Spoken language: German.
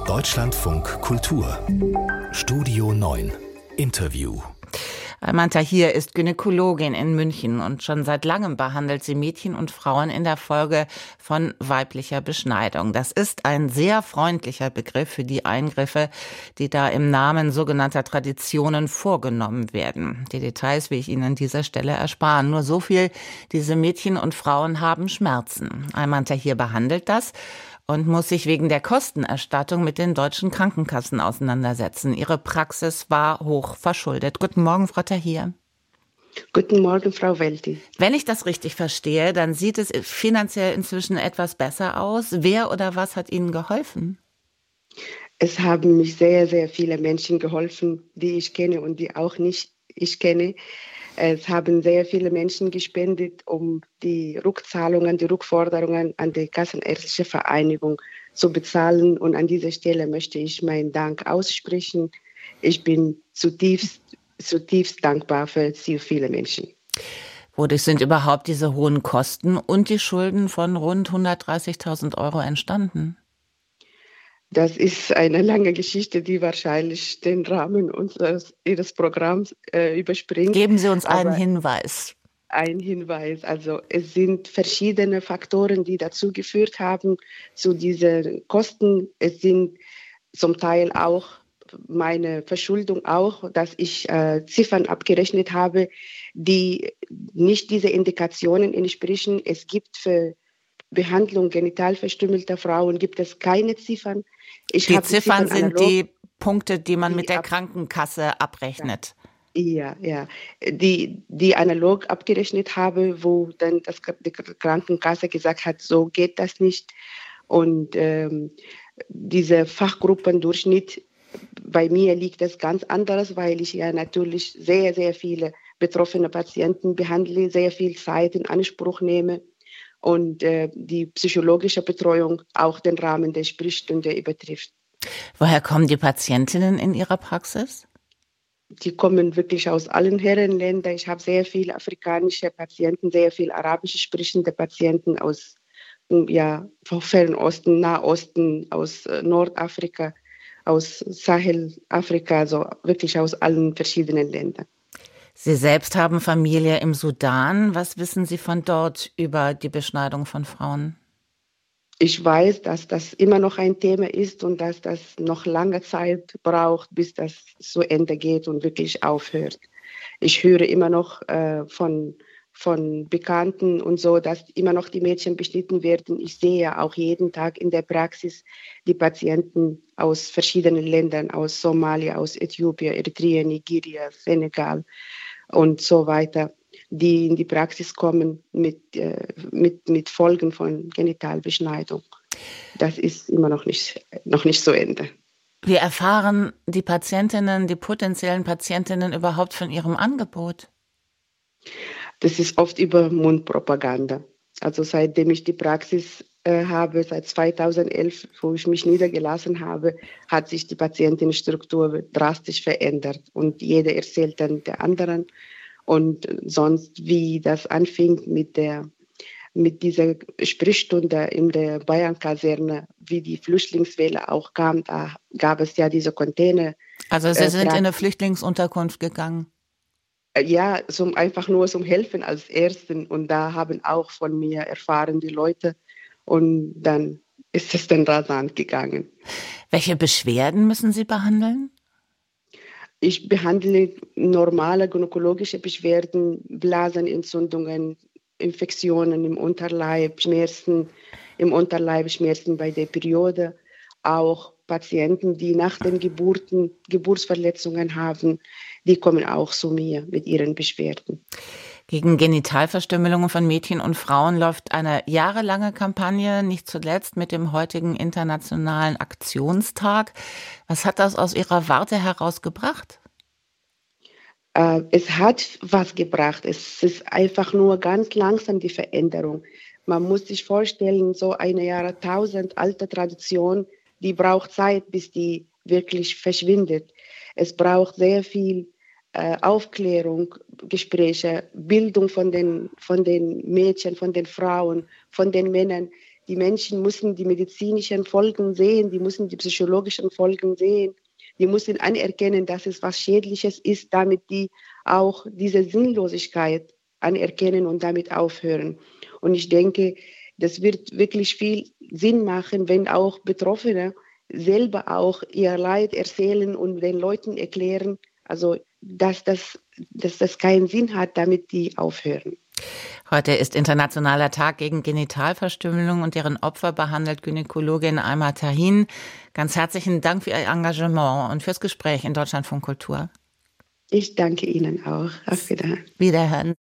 Deutschlandfunk Kultur Studio 9 Interview. Ayman Tahir ist Gynäkologin in München und schon seit langem behandelt sie Mädchen und Frauen in der Folge von weiblicher Beschneidung. Das ist ein sehr freundlicher Begriff für die Eingriffe, die da im Namen sogenannter Traditionen vorgenommen werden. Die Details will ich Ihnen an dieser Stelle ersparen. Nur so viel, diese Mädchen und Frauen haben Schmerzen. Ayman Tahir behandelt das und muss sich wegen der Kostenerstattung mit den deutschen Krankenkassen auseinandersetzen. Ihre Praxis war hoch verschuldet. Guten Morgen, Frau Tahir. Guten Morgen, Frau Welti. Wenn ich das richtig verstehe, dann sieht es finanziell inzwischen etwas besser aus. Wer oder was hat Ihnen geholfen? Es haben mich sehr, sehr viele Menschen geholfen, die ich kenne und die auch nicht ich kenne. Es haben sehr viele Menschen gespendet, um die Rückzahlungen, die Rückforderungen an die Kassenärztliche Vereinigung zu bezahlen. Und an dieser Stelle möchte ich meinen Dank aussprechen. Ich bin zutiefst dankbar für so viele Menschen. Wodurch sind überhaupt diese hohen Kosten und die Schulden von rund 130.000 Euro entstanden? Das ist eine lange Geschichte, die wahrscheinlich den Rahmen Ihres Programms überspringt. Geben Sie uns einen Hinweis. Ein Hinweis. Also es sind verschiedene Faktoren, die dazu geführt haben, zu diesen Kosten. Es sind zum Teil auch meine Verschuldung auch, dass ich Ziffern abgerechnet habe, die nicht diese Indikationen entsprechen. Es gibt für Behandlung genital verstümmelter Frauen gibt es keine Ziffern. Die Ziffern sind die Punkte, die man mit der Krankenkasse abrechnet. Ja. Die analog abgerechnet habe, wo dann die Krankenkasse gesagt hat, so geht das nicht. Und diese Fachgruppendurchschnitt, bei mir liegt das ganz anderes, weil ich ja natürlich sehr, sehr viele betroffene Patienten behandle, sehr viel Zeit in Anspruch nehme. Und die psychologische Betreuung auch den Rahmen der Sprechstunde übertrifft. Woher kommen die Patientinnen in Ihrer Praxis? Die kommen wirklich aus allen Herrenländern. Ich habe sehr viele afrikanische Patienten, sehr viele arabisch sprechende Patienten aus Fernosten, Nahosten, aus Nordafrika, aus Sahelafrika, also wirklich aus allen verschiedenen Ländern. Sie selbst haben Familie im Sudan. Was wissen Sie von dort über die Beschneidung von Frauen? Ich weiß, dass das immer noch ein Thema ist und dass das noch lange Zeit braucht, bis das zu Ende geht und wirklich aufhört. Ich höre immer noch von Bekannten und so, dass immer noch die Mädchen beschnitten werden. Ich sehe auch jeden Tag in der Praxis die Patienten aus verschiedenen Ländern, aus Somalia, aus Äthiopien, Eritrea, Nigeria, Senegal und so weiter, die in die Praxis kommen mit Folgen von Genitalbeschneidung. Das ist immer noch nicht zu Ende. Wie erfahren die Patientinnen, die potenziellen Patientinnen überhaupt von ihrem Angebot? Das ist oft über Mundpropaganda. Also seitdem ich die Praxis habe, seit 2011, wo ich mich niedergelassen habe, hat sich die Patientenstruktur drastisch verändert. Und jeder erzählt dann der anderen. Und sonst, wie das anfing mit dieser Sprechstunde in der Bayern-Kaserne, wie die Flüchtlingswelle auch kam, da gab es ja diese Container. Also Sie sind in eine Flüchtlingsunterkunft gegangen? Ja, einfach nur zum Helfen als Ärztin. Und da haben auch von mir erfahren die Leute. Und dann ist es dann rasant gegangen. Welche Beschwerden müssen Sie behandeln? Ich behandle normale gynäkologische Beschwerden, Blasenentzündungen, Infektionen im Unterleib, Schmerzen im Unterleib, Schmerzen bei der Periode. Auch Patienten, die nach den Geburten Geburtsverletzungen haben, die kommen auch zu mir mit ihren Beschwerden. Gegen Genitalverstümmelungen von Mädchen und Frauen läuft eine jahrelange Kampagne, nicht zuletzt mit dem heutigen Internationalen Aktionstag. Was hat das aus Ihrer Warte heraus gebracht? Es hat was gebracht. Es ist einfach nur ganz langsam die Veränderung. Man muss sich vorstellen, so eine Jahrtausend alte Tradition, die braucht Zeit, bis die wirklich verschwindet. Es braucht sehr viel Aufklärung, Gespräche, Bildung von den Mädchen, von den Frauen, von den Männern, Die Menschen müssen die medizinischen Folgen sehen, die müssen die psychologischen Folgen sehen. Die müssen anerkennen, dass es was Schädliches ist, damit die auch diese Sinnlosigkeit anerkennen und damit aufhören. Und ich denke, das wird wirklich viel Sinn machen, wenn auch Betroffene selber auch ihr Leid erzählen und den Leuten erklären, also dass das keinen Sinn hat, damit die aufhören. Heute ist Internationaler Tag gegen Genitalverstümmelung und deren Opfer, behandelt Gynäkologin Alma Tahin. Ganz herzlichen Dank für Ihr Engagement und fürs Gespräch in Deutschlandfunk Kultur. Ich danke Ihnen auch. Auf Wiederhören. Wiederhören.